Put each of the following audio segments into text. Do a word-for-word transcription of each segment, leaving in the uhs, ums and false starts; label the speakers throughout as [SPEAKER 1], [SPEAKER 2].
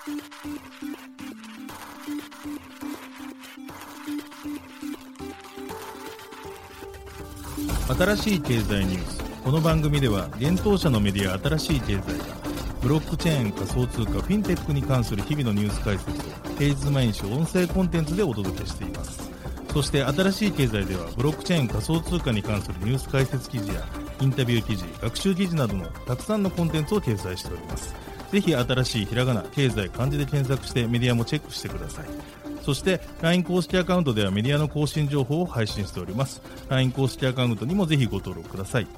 [SPEAKER 1] 新しい経済ニュース。この番組では現当社のメディア新しい経済がブロックチェーン、仮想通貨、フィンテックに関する日々のニュース解説を平日毎日音声コンテンツでお届けしています。そして新しい経済ではブロックチェーン、仮想通貨に関するニュース解説記事やインタビュー記事、学習記事などのたくさんのコンテンツを掲載しております。ぜひ新しいひらがな、経済、漢字で検索してメディアもチェックしてください。そして ライン 公式アカウントではメディアの更新情報を配信しております。 ライン 公式アカウントにもぜひご登録ください。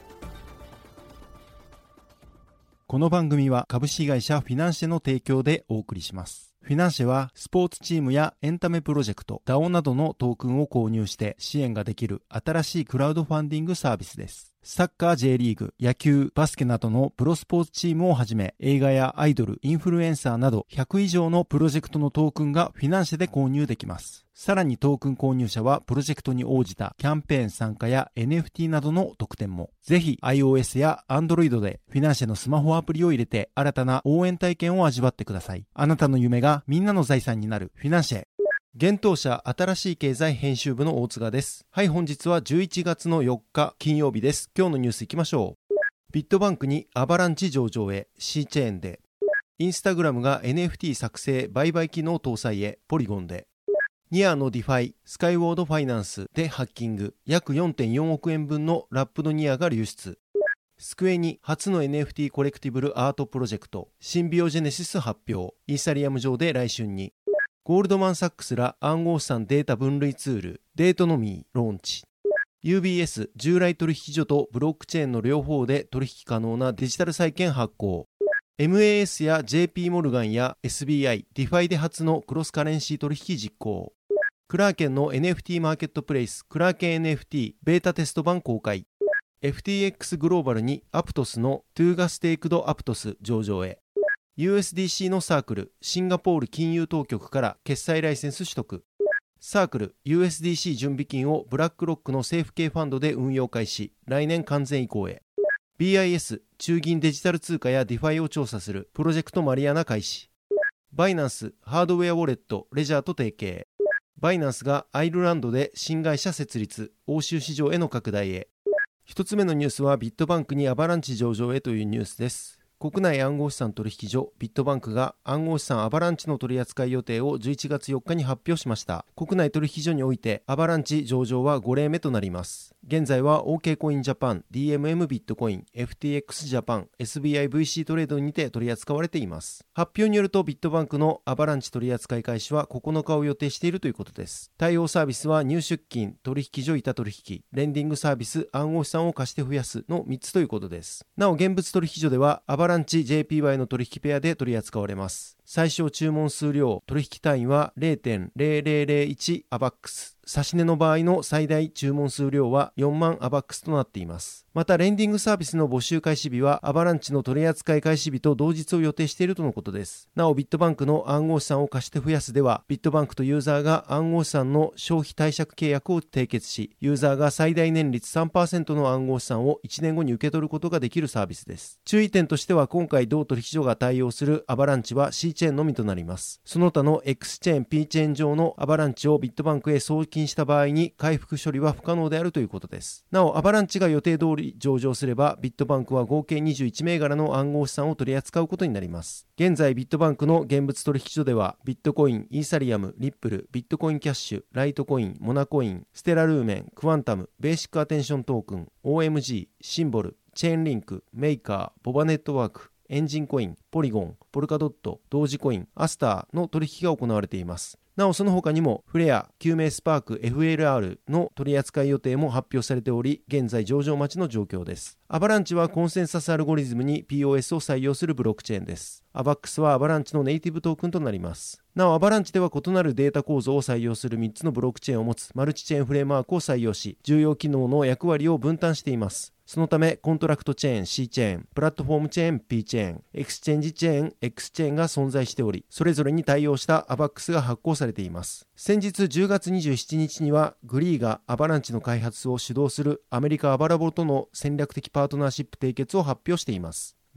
[SPEAKER 2] この番組は株式会社フィナンシェの提供でお送りします。フィナンシェはスポーツチームやエンタメプロジェクト、ダオ などのトークンを購入して支援ができる新しいクラウドファンディングサービスです。サッカー J リーグ、野球、バスケなどのプロスポーツチームをはじめ、映画やアイドル、インフルエンサーなどひゃくいじょうのプロジェクトのトークンがフィナンシェで購入できます。さらにトークン購入者はプロジェクトに応じたキャンペーン参加や エヌエフティー などの特典も。ぜひ iOS や Android でフィナンシェのスマホアプリを入れて新たな応援体験を味わってください。あなたの夢がみんなの財産になるフィナンシェ。現当社新しい経済編集部の大塚です。はい、本日はじゅういちがつのよっか金曜日です。今日のニュースいきましょう。ビットバンクにアバランチ上場へ C チェーンで、インスタグラムが エヌエフティー 作成売買機能搭載へポリゴンで、ニアのディファイスカイウォードファイナンスでハッキング、約 よんてんよんおくえんぶんのラップドニアが流出。スクエニ初の エヌエフティー コレクティブルアートプロジェクトシンビオジェネシス発表。イーサリアム上で来春に。ゴールドマンサックスら暗号資産データ分類ツールデートノミーローンチ。 ユービーエス 従来取引所とブロックチェーンの両方で取引可能なデジタル債券発行。 エムエーエス や ジェーピー モルガンや エスビーアイ ディファイで初のクロスカレンシー取引実行。クラーケンの エヌエフティー マーケットプレイスクラーケン エヌエフティー ベータテスト版公開。 エフティーエックス グローバルにアプトスのトゥーガステークドアプトス上場へ。ユーエスディーシー のサークル、シンガポール金融当局から決済ライセンス取得。サークル、ユーエスディーシー 準備金をブラックロックの政府系ファンドで運用開始、来年完全移行へ。ビーアイエス、中銀デジタル通貨やディファイを調査するプロジェクトマリアナ開始。バイナンス、ハードウェアウォレット、レジャーと提携。バイナンスがアイルランドで新会社設立、欧州市場への拡大へ。一つ目のニュースはビットバンクにアバランチ上場へというニュースです。国内暗号資産取引所ビットバンクが暗号資産アバランチの取扱い予定をじゅういちがつよっかに発表しました。国内取引所においてアバランチ上場はごれいめとなります。現在は OK コインジャパン、ディーエムエム ビットコイン、エフティーエックス ジャパン、エスビーアイ ブイシー トレードにて取り扱われています。発表によるとビットバンクのアバランチ取扱い開始はここのかを予定しているということです。対応サービスは入出金、取引所板取引、レンディングサービス、暗号資産を貸して増やすのみっつということです。なお現物取引所ではアバランチ ジェーピーワイ の取引ペアで取り扱われます。最小注文数量取引単位は ゼロてんゼロゼロゼロいち アバックス。指値の場合の最大注文数量はよんまんアバックスとなっています。またレンディングサービスの募集開始日はアバランチの取扱い開始日と同日を予定しているとのことです。なおビットバンクの暗号資産を貸して増やすではビットバンクとユーザーが暗号資産の消費貸借契約を締結し、ユーザーが最大年率 さんパーセント の暗号資産をいちねんごに受け取ることができるサービスです。注意点としては今回同取引所が対応するアバランチは C チェーンのみとなります。その他の X チェーン、P チェーン上のアバランチをビットバンクへ送金した場合に回復処理は不可能であるということです。なおアバランチが予定通り上場すればビットバンクは合計にじゅういちめいがらの暗号資産を取り扱うことになります。現在ビットバンクの現物取引所ではビットコイン、イーサリアム、リップル、ビットコインキャッシュ、ライトコイン、モナコイン、ステラルーメン、クワンタム、ベーシックアテンショントークン、オーエムジー、シンボル、チェーンリンク、メーカー、ボバネットワーク、エンジンコイン、ポリゴン、ポルカドット、同時コイン、アスターの取引が行われています。なおその他にもフレア、救命スパーク、エフエルアール の取扱い予定も発表されており、現在上場待ちの状況です。アバランチはコンセンサスアルゴリズムに ピーオーエス を採用するブロックチェーンです。アバックスはアバランチのネイティブトークンとなります。なおアバランチでは異なるデータ構造を採用するみっつのブロックチェーンを持つマルチチェーンフレームワークを採用し、重要機能の役割を分担しています。そのためコントラクトチェーン C チェーン、プラットフォームチェーン P チェーン、エクスチェンジチェーン X チェーンが存在しており、それぞれに対応したアバックスが発行されています。先日じゅうがつにじゅうしちにちにはグリーがアバランチの開発を主導するアメリカアバラボとの戦略的パートナーシップ締結を発表しています。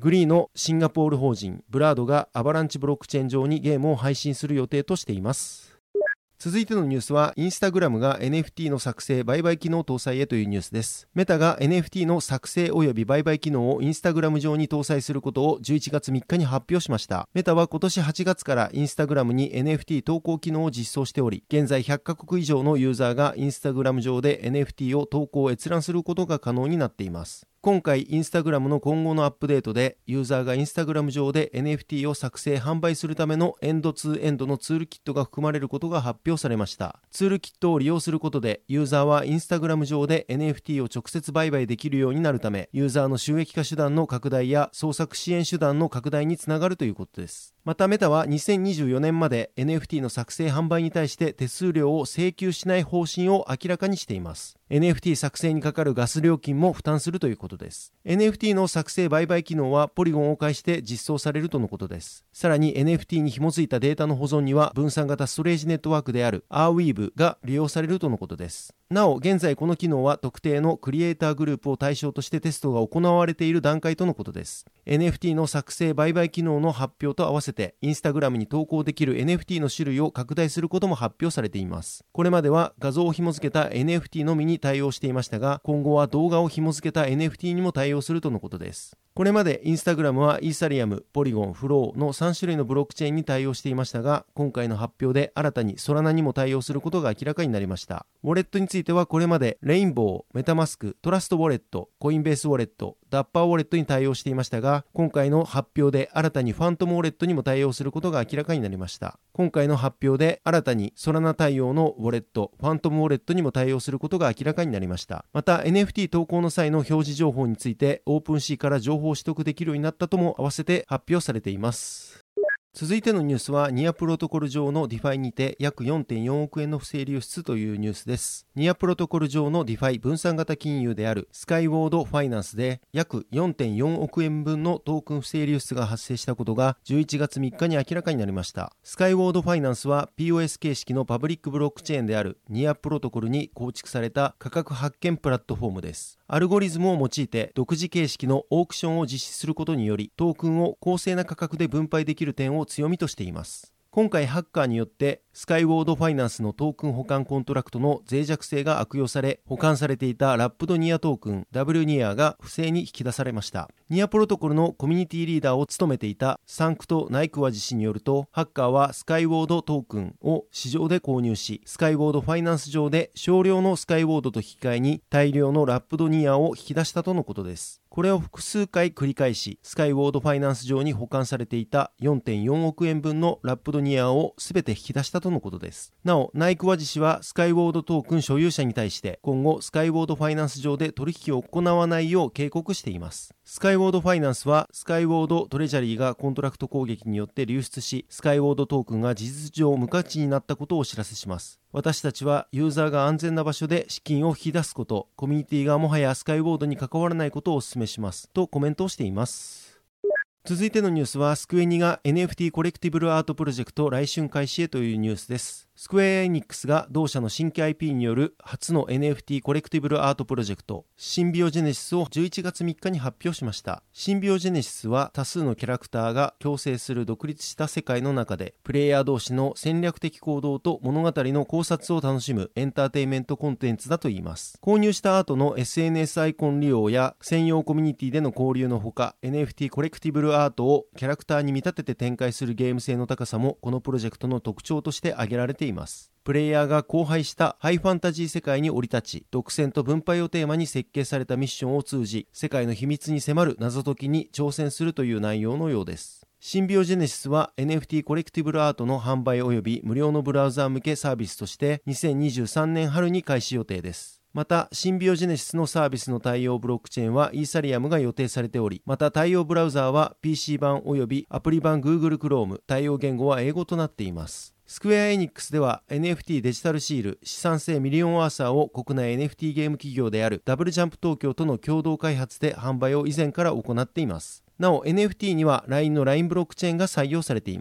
[SPEAKER 2] グリーのシンガポール法人ブラードがアバランチブロックチェーン上にゲームを配信する予定としています。続いてのニュースは、インスタグラムが エヌエフティー の作成・売買機能搭載へというニュースです。メタが エヌエフティー の作成及び売買機能をインスタグラム上に搭載することをじゅういちがつみっかに発表しました。メタは今年はちがつからインスタグラムに エヌエフティー 投稿機能を実装しており、現在ひゃっかこく以上のユーザーがインスタグラム上で エヌエフティー を投稿閲覧することが可能になっています。今回インスタグラムの今後のアップデートでユーザーがインスタグラム上で エヌエフティー を作成販売するためのエンドツーエンドのツールキットが含まれることが発表されました。ツールキットを利用することでユーザーはインスタグラム上で エヌエフティー を直接売買できるようになるため、ユーザーの収益化手段の拡大や創作支援手段の拡大につながるということです。またメタはにせんにじゅうよねんまで エヌエフティー の作成販売に対して手数料を請求しない方針を明らかにしています。エヌエフティー 作成にかかるガス料金も負担するということです。エヌエフティー の作成売買機能はポリゴンを介して実装されるとのことです。さらに エヌエフティー に紐づいたデータの保存には分散型ストレージネットワークである アーウィーブ が利用されるとのことです。なお、現在この機能は特定のクリエイターグループを対象としてテストが行われている段階とのことです。エヌエフティー の作成売買機能の発表と合わせて、インスタグラムに投稿できる エヌエフティー の種類を拡大することも発表されています。これまでは画像を紐付けた エヌエフティー のみに対応していましたが、今後は動画を紐付けた エヌエフティー にも対応するとのことです。これまでインスタグラムはイーサリアム、ポリゴン、フローのさんしゅるいのブロックチェーンに対応していましたが、今回の発表で新たにソラナにも対応することが明らかになりました。ウォレットについてはこれまでレインボー、メタマスク、トラストウォレット、コインベースウォレット、ダッパーウォレットに対応していましたが、今回の発表で新たにファントムウォレットにも対応することが明らかになりました。今回の発表で新たにソラナ対応のウォレット、ファントムウォレットにも対応することが明らかになりました。また エヌエフティー 投稿の際の表示情報についてオープンシーから情報を取得できるようになったとも合わせて発表されています。続いてのニュースは、ニアプロトコル上のディファイにて約 よんてんよんおくえんの不正流出というニュースです。ニアプロトコル上のディファイ分散型金融であるスカイウォードファイナンスで約 よんてんよんおくえんぶんのトークン不正流出が発生したことがじゅういちがつみっかに明らかになりました。スカイウォードファイナンスは ピーオーエス 形式のパブリックブロックチェーンであるニアプロトコルに構築された価格発見プラットフォームです。アルゴリズムを用いて独自形式のオークションを実施することにより、トークンを公正な価格で分配できる点を強みとしています。今回ハッカーによってスカイウォードファイナンスのトークン保管コントラクトの脆弱性が悪用され、保管されていたラップドニアトークン ダブリュー ニアが不正に引き出されました。ニアプロトコルのコミュニティリーダーを務めていたサンクト・ナイクワジ氏によると、ハッカーはスカイウォードトークンを市場で購入し、スカイウォードファイナンス上で少量のスカイウォードと引き換えに大量のラップドニアを引き出したとのことです。これを複数回繰り返し、スカイウォードファイナンス上に保管されていた よんてんよんおくえんぶんのラップドニアを全て引き出したとのことです。なお、ナイクワジ氏はスカイウォードトークン所有者に対して今後スカイウォードファイナンス上で取引を行わないよう警告しています。スカイウォードファイナンスはスカイウォードトレジャリーがコントラクト攻撃によって流出し、スカイウォードトークンが事実上無価値になったことをお知らせします。私たちはユーザーが安全な場所で資金を引き出すこと、コミュニティがもはやスカイウォードに関わらないことをお勧めしますとコメントをしています。続いてのニュースは、スクエニが エヌエフティー コレクティブルアートプロジェクト来春開始へというニュースです。スクエアエニックスが同社の新規 アイピー による初の エヌエフティー コレクティブルアートプロジェクトシンビオジェネシスをじゅういちがつみっかに発表しました。シンビオジェネシスは多数のキャラクターが共生する独立した世界の中で、プレイヤー同士の戦略的行動と物語の考察を楽しむエンターテインメントコンテンツだといいます。購入した後の エスエヌエス アイコン利用や専用コミュニティでの交流のほか、 エヌエフティー コレクティブルアートをキャラクターに見立てて展開するゲーム性の高さもこのプロジェクトの特徴として挙げられています。プレイヤーが荒廃したハイファンタジー世界に降り立ち、独占と分配をテーマに設計されたミッションを通じ、世界の秘密に迫る謎解きに挑戦するという内容のようです。シンビオジェネシスは エヌエフティー コレクティブルアートの販売及び無料のブラウザー向けサービスとしてにせんにじゅうさんねん春に開始予定です。また、シンビオジェネシスのサービスの対応ブロックチェーンはイーサリアムが予定されており、また対応ブラウザーは ピーシー 版及びアプリ版 Google Chrome、対応言語は英語となっています。スクエアエニックスでは エヌエフティー デジタルシール資産性ミリオンアーサーを国内 エヌエフティー ゲーム企業であるダブルジャンプ東京との共同開発で販売を以前から行っています。なお エヌエフティー には ライン の ライン ブロックチェーンが採用されています。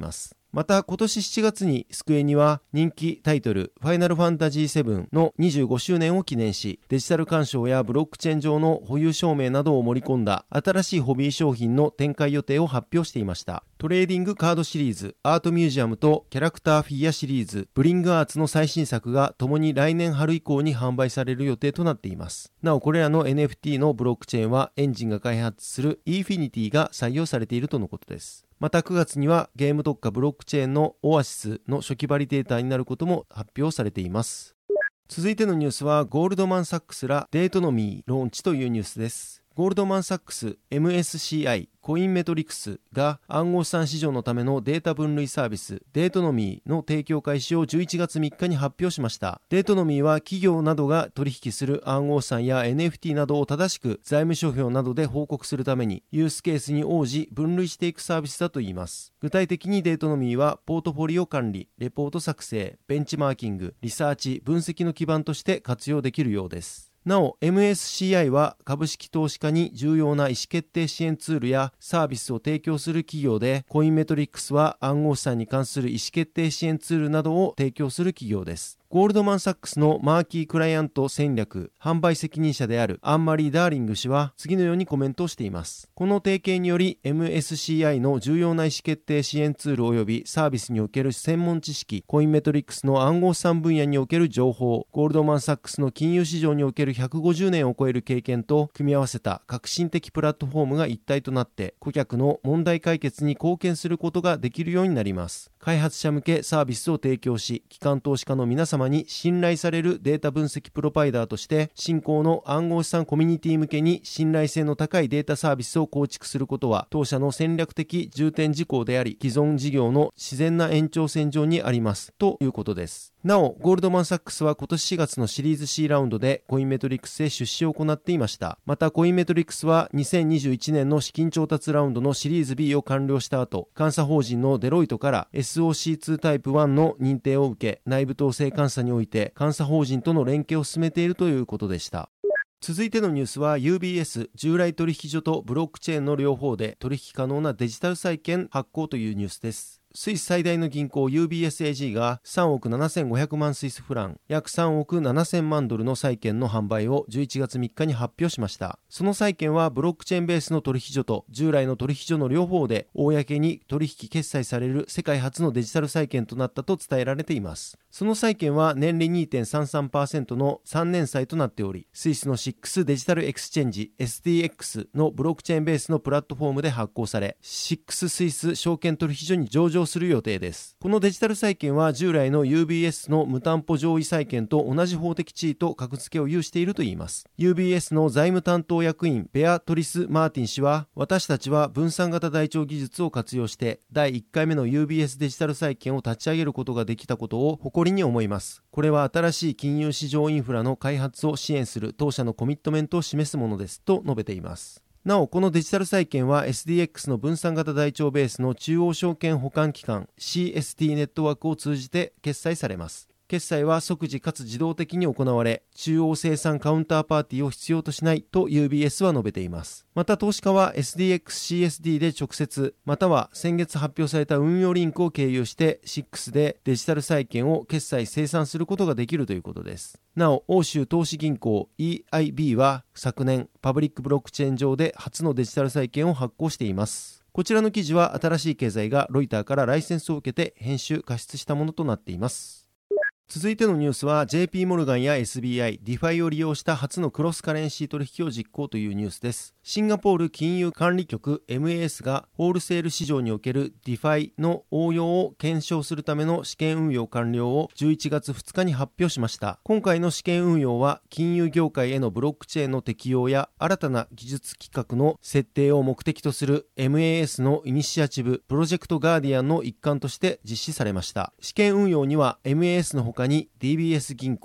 [SPEAKER 2] また今年しちがつにスクエニは人気タイトルファイナルファンタジーセブンのにじゅうごしゅうねんを記念し、デジタル鑑賞やブロックチェーン上の保有証明などを盛り込んだ新しいホビー商品の展開予定を発表していました。トレーディングカードシリーズ、アートミュージアムとキャラクターフィギュアシリーズ、ブリングアーツの最新作が共に来年春以降に販売される予定となっています。なおこれらの エヌエフティー のブロックチェーンはエンジンが開発する イーフィニティ が採用されているとのことです。またくがつにはゲーム特化ブロックチェーンのオアシスの初期バリデータになることも発表されています。続いてのニュースはゴールドマンサックスらデートノミーローンチというニュースです。ゴールドマンサックス エムエスシーアイ コインメトリクスが暗号資産市場のためのデータ分類サービスデートノミーの提供開始をじゅういちがつみっかに発表しました。デートノミーは企業などが取引する暗号資産や エヌエフティー などを正しく財務諸表などで報告するためにユースケースに応じ分類していくサービスだといいます。具体的にデートノミーはポートフォリオ管理、レポート作成、ベンチマーキング、リサーチ、分析の基盤として活用できるようです。なお エムエスシーアイ は株式投資家に重要な意思決定支援ツールやサービスを提供する企業で、コインメトリックスは暗号資産に関する意思決定支援ツールなどを提供する企業です。ゴールドマンサックスのマーキークライアント戦略販売責任者であるアンマリー・ダーリング氏は次のようにコメントをしています。この提携により エムエスシーアイ の重要な意思決定支援ツール及びサービスにおける専門知識、コインメトリックスの暗号資産分野における情報、ゴールドマンサックスの金融市場におけるひゃくごじゅうねんを超える経験と組み合わせた革新的プラットフォームが一体となって顧客の問題解決に貢献することができるようになります。開発者向けサービスを提供し、機関投資家の皆様に信頼されるデータ分析プロバイダーとして新興の暗号資産コミュニティ向けに信頼性の高いデータサービスを構築することは当社の戦略的重点事項であり、既存事業の自然な延長線上にありますということです。なおゴールドマンサックスは今年しがつのシリーズ C ラウンドでコインメトリックスへ出資を行っていました。またコインメトリックスはにせんにじゅういちねんの資金調達ラウンドのシリーズ B を完了した後、監査法人のデロイトから エスオーシーツー タイプワンの認定を受け、内部統制監査において監査法人との連携を進めているということでした。続いてのニュースは ユービーエス 従来取引所とブロックチェーンの両方で取引可能なデジタル債券発行というニュースです。スイス最大の銀行 ユービーエスエージー がさんおくななせんごひゃくまんスイスフラン、約さんおくななせんまんドルの債券の販売をじゅういちがつみっかに発表しました。その債券はブロックチェーンベースの取引所と従来の取引所の両方で公に取引決済される世界初のデジタル債券となったと伝えられています。その債券は年利 にてんさんさんパーセント のさんねん債となっており、スイスのシックスデジタルエクスチェンジ エスディーエックス のブロックチェーンベースのプラットフォームで発行され、シックススイス証券取引所に上場する予定です。このデジタル債券は従来の ユービーエス の無担保上位債券と同じ法的地位と格付けを有しているといいます。 ユービーエス の財務担当役員ベアトリス・マーティン氏は、私たちは分散型台帳技術を活用してだいいっかいめの ユービーエス デジタル債券を立ち上げることができたことを誇りに思います。これは新しい金融市場インフラの開発を支援する当社のコミットメントを示すものですと述べています。なおこのデジタル債券は エスディーエックス の分散型台帳ベースの中央証券保管機関 シーエスティー ネットワークを通じて決済されます。決済は即時かつ自動的に行われ、中央生産カウンターパーティーを必要としないと ユービーエス は述べています。また投資家は エスディーエックスシーエスディー で直接、または先月発表された運用リンクを経由してシックスでデジタル債券を決済生産することができるということです。なお欧州投資銀行 イーアイビー は昨年パブリックブロックチェーン上で初のデジタル債券を発行しています。こちらの記事は新しい経済がロイターからライセンスを受けて編集加筆したものとなっています。続いてのニュースは ジェーピー モルガンや エスビーアイ、ディファイ を利用した初のクロスカレンシー取引を実行というニュースです。シンガポール金融管理局 エムエーエス がホールセール市場における ディファイ の応用を検証するための試験運用完了をじゅういちがつふつかに発表しました。今回の試験運用は金融業界へのブロックチェーンの適用や新たな技術規格の設定を目的とする エムエーエス のイニシアチブプロジェクトガーディアンの一環として実施されました。試験運用には エムエーエス の他に ディービーエス 銀行、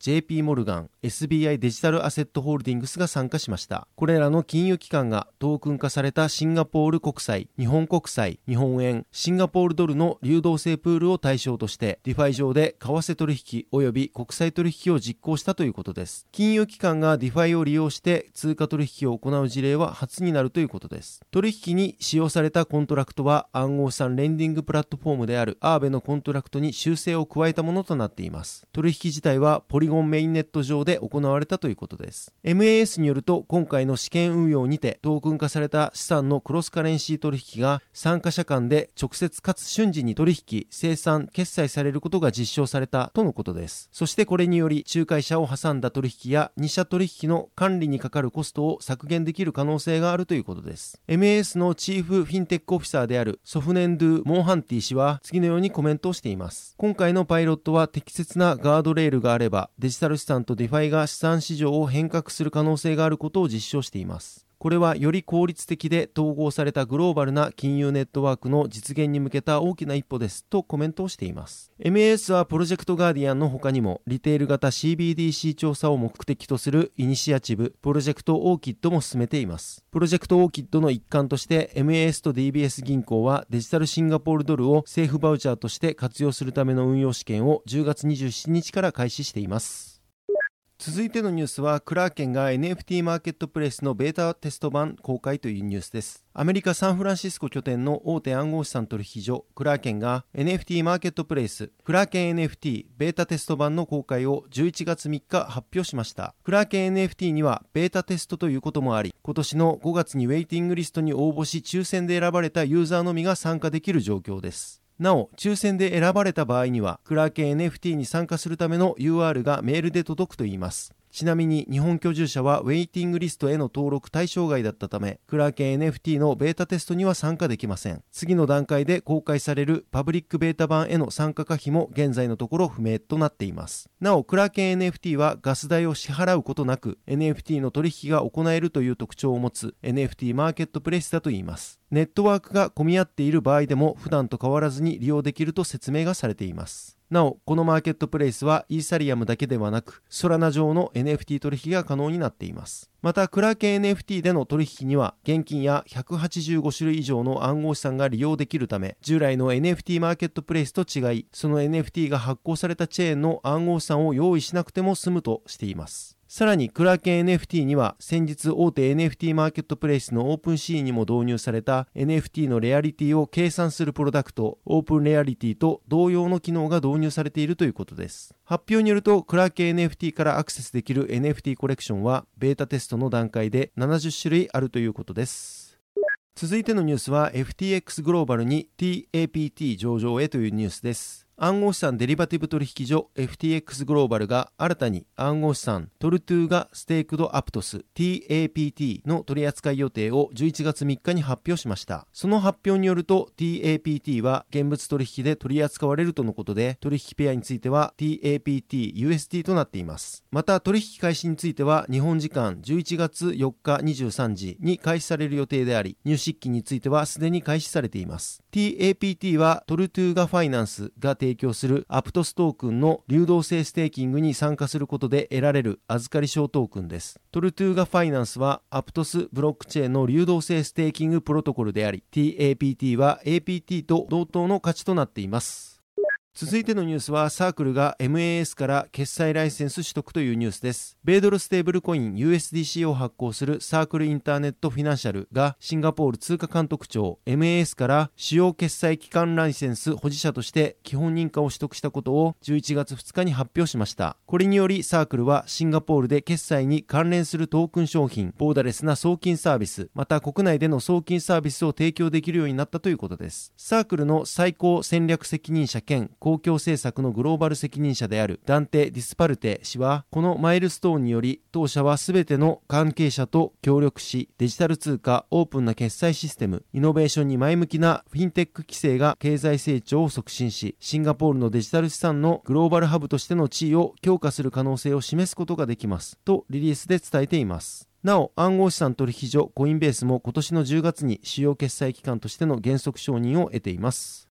[SPEAKER 2] ジェーピー モルガン、エスビーアイ デジタルアセットホールディングスが参加しました。これらの金融機関がトークン化されたシンガポール国債、日本国債、日本円、シンガポールドルの流動性プールを対象として、ディファイ上で為替取引及び国際取引を実行したということです。金融機関がディファイを利用して通貨取引を行う事例は初になるということです。取引に使用されたコントラクトは暗号資産レンディングプラットフォームであるアーベのコントラクトに修正を加えたものとなっています。取引自体はポリゴンメインネット上で行われたということです。エムエーエス によると今回の試験運用にてトークン化された資産のクロスカレンシー取引が参加者間で直接かつ瞬時に取引、生産、決済されることが実証されたとのことです。そしてこれにより仲介者を挟んだ取引やに社取引の管理にかかるコストを削減できる可能性があるということです。エムエーエス のチーフフィンテックオフィサーであるソフネンドゥ・モンハンティ氏は次のようにコメントをしています。今回のパイロットは適切なガードレールがあればデジタル資産とディファイが資産市場を変革する可能性があることを実証しています。これはより効率的で統合されたグローバルな金融ネットワークの実現に向けた大きな一歩ですとコメントをしています。エムエーエス はプロジェクトガーディアンの他にもリテール型 シービーディーシー 調査を目的とするイニシアチブプロジェクトオーキッドも進めています。プロジェクトオーキッドの一環として エムエーエス と ディービーエス 銀行はデジタルシンガポールドルを政府バウチャーとして活用するための運用試験をじゅうがつにじゅうしちにちから開始しています。続いてのニュースはクラーケンが エヌエフティー マーケットプレイスのベータテスト版公開というニュースです。アメリカ・サンフランシスコ拠点の大手暗号資産取引所クラーケンが エヌエフティー マーケットプレイスクラーケン エヌエフティー ベータテスト版の公開をじゅういちがつみっか発表しました。クラーケン エヌエフティー にはベータテストということもあり、今年のごがつにウェイティングリストに応募し抽選で選ばれたユーザーのみが参加できる状況です。なお、抽選で選ばれた場合にはクラーケン エヌエフティー に参加するための ユーアール がメールで届くといいます。ちなみに日本居住者はウェイティングリストへの登録対象外だったため、クラーケン エヌエフティー のベータテストには参加できません。次の段階で公開されるパブリックベータ版への参加可否も現在のところ不明となっています。なお、クラーケン エヌエフティー はガス代を支払うことなく エヌエフティー の取引が行えるという特徴を持つ エヌエフティー マーケットプレイスだといいます。ネットワークが混み合っている場合でも普段と変わらずに利用できると説明がされています。なお、このマーケットプレイスはイーサリアムだけではなく、ソラナ上の エヌエフティー 取引が可能になっています。また、クラーケン エヌエフティー での取引には、現金やひゃくはちじゅうごしゅるい以上の暗号資産が利用できるため、従来の エヌエフティー マーケットプレイスと違い、その エヌエフティー が発行されたチェーンの暗号資産を用意しなくても済むとしています。さらにクラーケン エヌエフティー には先日大手 エヌエフティー マーケットプレイスのオープンシーにも導入された エヌエフティー のレアリティを計算するプロダクトオープンレアリティと同様の機能が導入されているということです。発表によるとクラーケン エヌエフティー からアクセスできる エヌエフティー コレクションはベータテストの段階でななじゅっしゅるいあるということです。続いてのニュースは エフティーエックス グローバルに ティーエーピーティー 上場へというニュースです。暗号資産デリバティブ取引所 エフティーエックス グローバルが新たに暗号資産トルトゥーガステークドアプトス ティーエーピーティー の取扱い予定をじゅういちがつみっかに発表しました。その発表によると ティーエーピーティー は現物取引で取り扱われるとのことで、取引ペアについては ティーエーピーティー ユーエスディー となっています。また取引開始については日本時間じゅういちがつよっかにじゅうさんじに開始される予定であり、入出金についてはすでに開始されています。 ティーエーピーティー はトルトゥーガファイナンスが提供するアアプトストークンの流動性ステーキングに参加することで得られる預かり証トークンです。トルトゥーガファイナンスはアプトスブロックチェーンの流動性ステーキングプロトコルであり、 ティーエーピーティー は エーピーティー と同等の価値となっています。続いてのニュースはサークルが エムエーエス から決済ライセンス取得というニュースです。米ドルステーブルコイン ユーエスディーシー を発行するサークルインターネットフィナンシャルがシンガポール通貨監督庁 エムエーエス から主要決済機関ライセンス保持者として基本認可を取得したことをじゅういちがつふつかに発表しました。これによりサークルはシンガポールで決済に関連するトークン商品、ボーダレスな送金サービス、また国内での送金サービスを提供できるようになったということです。サークルの最高戦略責任者兼公共政策ののグローバル責任者であるダンテ・ディスパルテ氏は、このマイルストーンにより当社はすべての関係者と協力し、デジタル通貨オープンな決済システム、イノベーションに前向きなフィンテック規制が経済成長を促進し、シンガポールのデジタル資産のグローバルハブとしての地位を強化する可能性を示すことができますとリリースで伝えています。なお、暗号資産取引所コインベースも今年のじゅうがつに主要決済機関としての原則承認を得ています。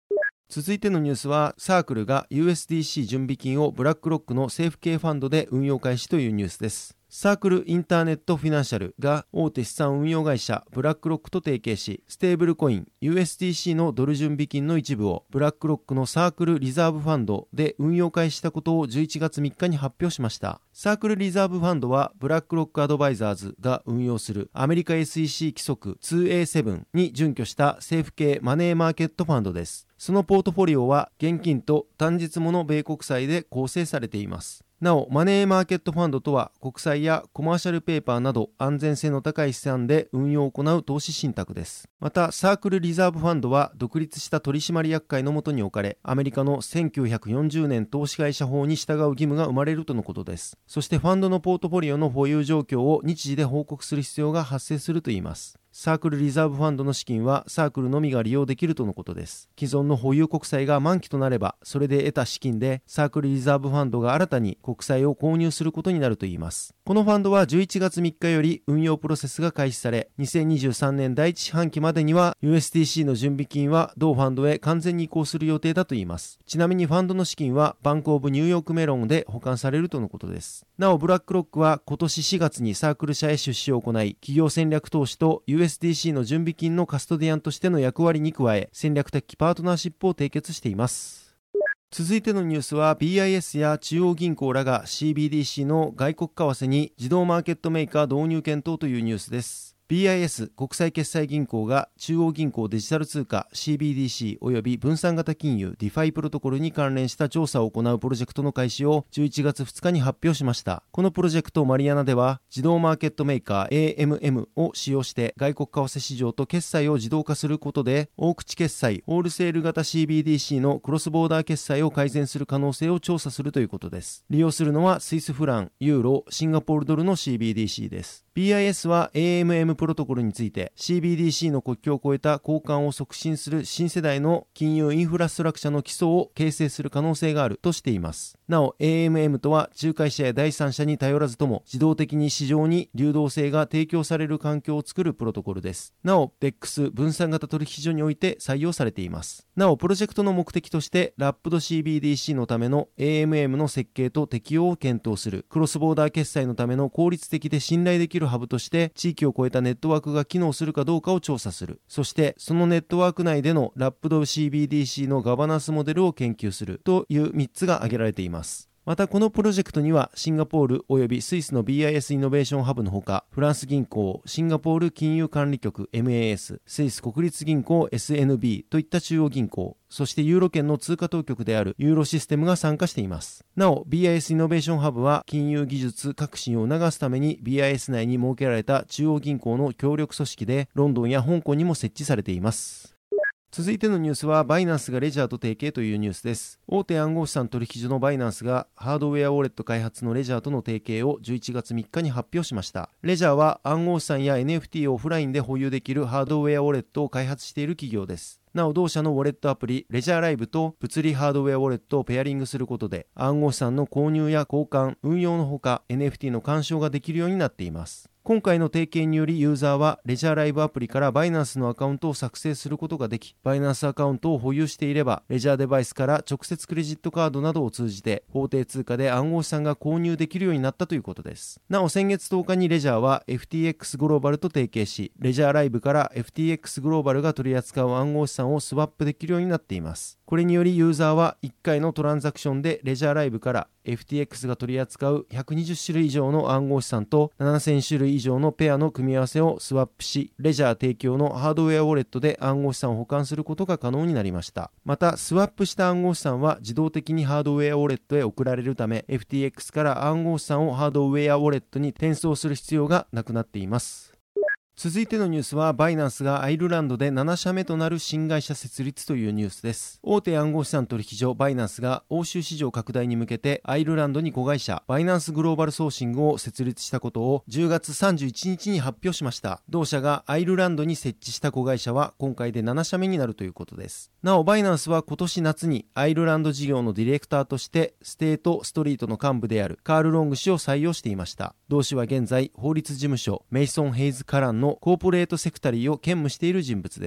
[SPEAKER 2] 続いてのニュースは、サークルが ユーエスディーシー 準備金をブラックロックの政府系ファンドで運用開始というニュースです。サークルインターネットフィナンシャルが大手資産運用会社ブラックロックと提携し、ステーブルコイン ユーエスディーシー のドル準備金の一部をブラックロックのサークルリザーブファンドで運用開始したことをじゅういちがつみっかに発表しました。サークルリザーブファンドはブラックロックアドバイザーズが運用するアメリカ エスイーシー 規則 ツーエーセブン に準拠した政府系マネーマーケットファンドです。そのポートフォリオは現金と単日もの米国債で構成されています。なお、マネーマーケットファンドとは国債やコマーシャルペーパーなど安全性の高い資産で運用を行う投資信託です。また、サークルリザーブファンドは独立した取締役会の下に置かれ、アメリカのせんきゅうひゃくよんじゅうねん投資会社法に従う義務が生まれるとのことです。そしてファンドのポートフォリオの保有状況を日時で報告する必要が発生するといいます。サークルリザーブファンドの資金はサークルのみが利用できるとのことです。既存の保有国債が満期となれば、それで得た資金でサークルリザーブファンドが新たに国債を購入することになるといいます。このファンドはじゅういちがつみっかより運用プロセスが開始され、にせんにじゅうさんねんだいいち四半期までには ユーエスディーシー の準備金は同ファンドへ完全に移行する予定だといいます。ちなみにファンドの資金はバンクオブニューヨークメロンで保管されるとのことです。なお、ブラックロックは今年しがつにサークル社へ出資を行い、企業戦略投資と ユーエスディーシー の準備金のカストディアンとしての役割に加え、戦略的パートナーシップを締結しています。続いてのニュースは ビーアイエス や中央銀行らが シービーディーシー の外国為替に自動マーケットメーカー導入検討というニュースです。ビーアイエス 国際決済銀行が中央銀行デジタル通貨 シービーディーシー および分散型金融 ディファイ プロトコルに関連した調査を行うプロジェクトの開始をじゅういちがつふつかに発表しました。このプロジェクトマリアナでは自動マーケットメーカー エーエムエム を使用して外国為替市場と決済を自動化することで大口決済ホールセール型 シービーディーシー のクロスボーダー決済を改善する可能性を調査するということです。利用するのはスイスフラン、ユーロ、シンガポールドルの シービーディーシー です。ビーアイエス は エーエムエム プロトコルについて シービーディーシー の国境を越えた交換を促進する新世代の金融インフラストラクチャの基礎を形成する可能性があるとしています。なお エーエムエム とは仲介者や第三者に頼らずとも自動的に市場に流動性が提供される環境を作るプロトコルです。なお ベックス 分散型取引所において採用されています。なおプロジェクトの目的としてラップド シービーディーシー のための エーエムエム の設計と適用を検討する、クロスボーダー決済のための効率的で信頼できるハブとして地域を超えたネットワークが機能するかどうかを調査する。そしてそのネットワーク内でのラップド シービーディーシー のガバナンスモデルを研究するというみっつが挙げられています。またこのプロジェクトにはシンガポールおよびスイスの ビーアイエス イノベーションハブのほか、フランス銀行、シンガポール金融管理局 エムエーエス、スイス国立銀行 エスエヌビー といった中央銀行、そしてユーロ圏の通貨当局であるユーロシステムが参加しています。なお ビーアイエス イノベーションハブは金融技術革新を促すために ビーアイエス 内に設けられた中央銀行の協力組織で、ロンドンや香港にも設置されています。続いてのニュースはバイナンスがレジャーと提携というニュースです。大手暗号資産取引所のバイナンスがハードウェアウォレット開発のレジャーとの提携をじゅういちがつみっかに発表しました。レジャーは暗号資産や エヌエフティー をオフラインで保有できるハードウェアウォレットを開発している企業です。なお同社のウォレットアプリレジャーライブと物理ハードウェアウォレットをペアリングすることで暗号資産の購入や交換、運用のほか エヌエフティー の鑑賞ができるようになっています。今回の提携によりユーザーはレジャーライブアプリからバイナンスのアカウントを作成することができ、バイナンスアカウントを保有していればレジャーデバイスから直接クレジットカードなどを通じて法定通貨で暗号資産が購入できるようになったということです。なお先月とおかにレジャーは エフティーエックス グローバルと提携し、レジャーライブから エフティーエックス グローバルが取り扱う暗号資産をスワップできるようになっています。これによりユーザーはいっかいのトランザクションでレジャーライブから エフティーエックス が取り扱うひゃくにじゅっしゅるい以上の暗号資産とななせんしゅるい以上のペアの組み合わせをスワップし、レジャー提供のハードウェアウォレットで暗号資産を保管することが可能になりました。またスワップした暗号資産は自動的にハードウェアウォレットへ送られるため エフティーエックス から暗号資産をハードウェアウォレットに転送する必要がなくなっています。続いてのニュースはバイナンスがアイルランドでななしゃめとなる新会社設立というニュースです。大手暗号資産取引所バイナンスが欧州市場拡大に向けてアイルランドに子会社バイナンスグローバルソーシングを設立したことをじゅうがつさんじゅういちにちに発表しました。同社がアイルランドに設置した子会社は今回でななしゃめになるということです。なおバイナンスは今年夏にアイルランド事業のディレクターとしてステートストリートの幹部であるカール・ロング氏を採用していました。同氏は現在法律事務所メイソン・ヘイズ・カランのコーポレートセクタリーを兼務している人物です。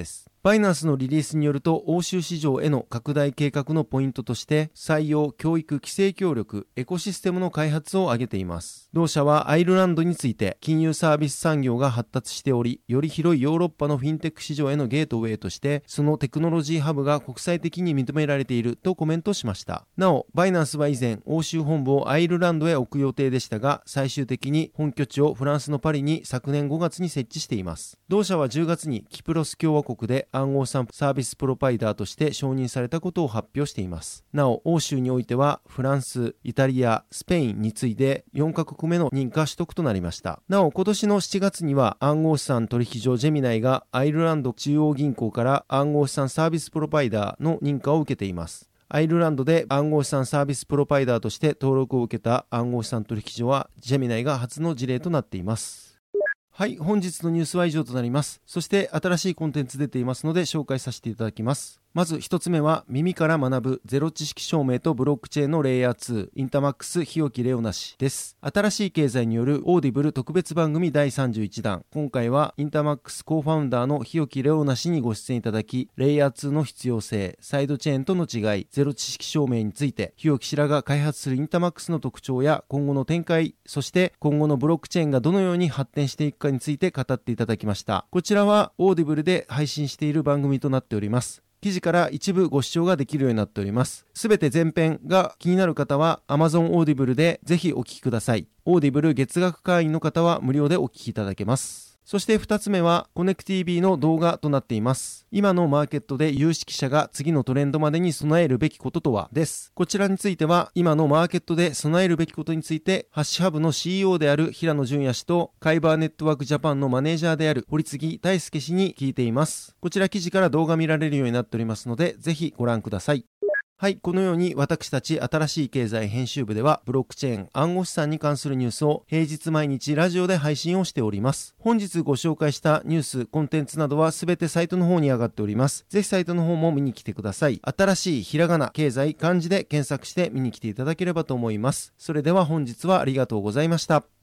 [SPEAKER 2] バイナンスのリリースによると、欧州市場への拡大計画のポイントとして、採用、教育、規制協力、エコシステムの開発を挙げています。同社はアイルランドについて、金融サービス産業が発達しており、より広いヨーロッパのフィンテック市場へのゲートウェイとして、そのテクノロジーハブが国際的に認められているとコメントしました。なお、バイナンスは以前、欧州本部をアイルランドへ置く予定でしたが、最終的に本拠地をフランスのパリに昨年ごがつに設置しています。同社はじゅうがつにキプロス共和国で暗号資産サービスプロバイダーとして承認されたことを発表しています。なお、欧州においてはフランス、イタリア、スペインに次いでよんカ国目の認可取得となりました。なお、今年のしちがつには暗号資産取引所ジェミナイがアイルランド中央銀行から暗号資産サービスプロバイダーの認可を受けています。アイルランドで暗号資産サービスプロバイダーとして登録を受けた暗号資産取引所はジェミナイが初の事例となっています。はい、本日のニュースは以上となります。そして新しいコンテンツ出ていますので紹介させていただきます。まず一つ目は、耳から学ぶゼロ知識証明とブロックチェーンのレイヤーツー、インタマックス日置レオナ氏です。新しい経済によるオーディブル特別番組だいさんじゅういちだん。今回はインタマックスコーファウンダーの日置レオナ氏にご出演いただき、レイヤーツーの必要性、サイドチェーンとの違い、ゼロ知識証明について、日置氏らが開発するインタマックスの特徴や今後の展開、そして今後のブロックチェーンがどのように発展していくかについて語っていただきました。こちらはオーディブルで配信している番組となっております。記事から一部ご視聴ができるようになっております。すべて前編が気になる方は Amazon Audible でぜひお聞きください。Audible月額会員の方は無料でお聞きいただけます。そして二つ目はコネクティービーの動画となっています。今のマーケットで有識者が次のトレンドまでに備えるべきこととはです。こちらについては今のマーケットで備えるべきことについてハッシュハブの シーイーオー である平野純也氏とカイバーネットワークジャパンのマネージャーである堀次大輔氏に聞いています。こちら記事から動画見られるようになっておりますのでぜひご覧ください。はい、このように私たち新しい経済編集部ではブロックチェーン、暗号資産に関するニュースを平日毎日ラジオで配信をしております。本日ご紹介したニュース、コンテンツなどはすべてサイトの方に上がっております。ぜひサイトの方も見に来てください。新しいひらがな、経済、漢字で検索して見に来ていただければと思います。それでは本日はありがとうございました。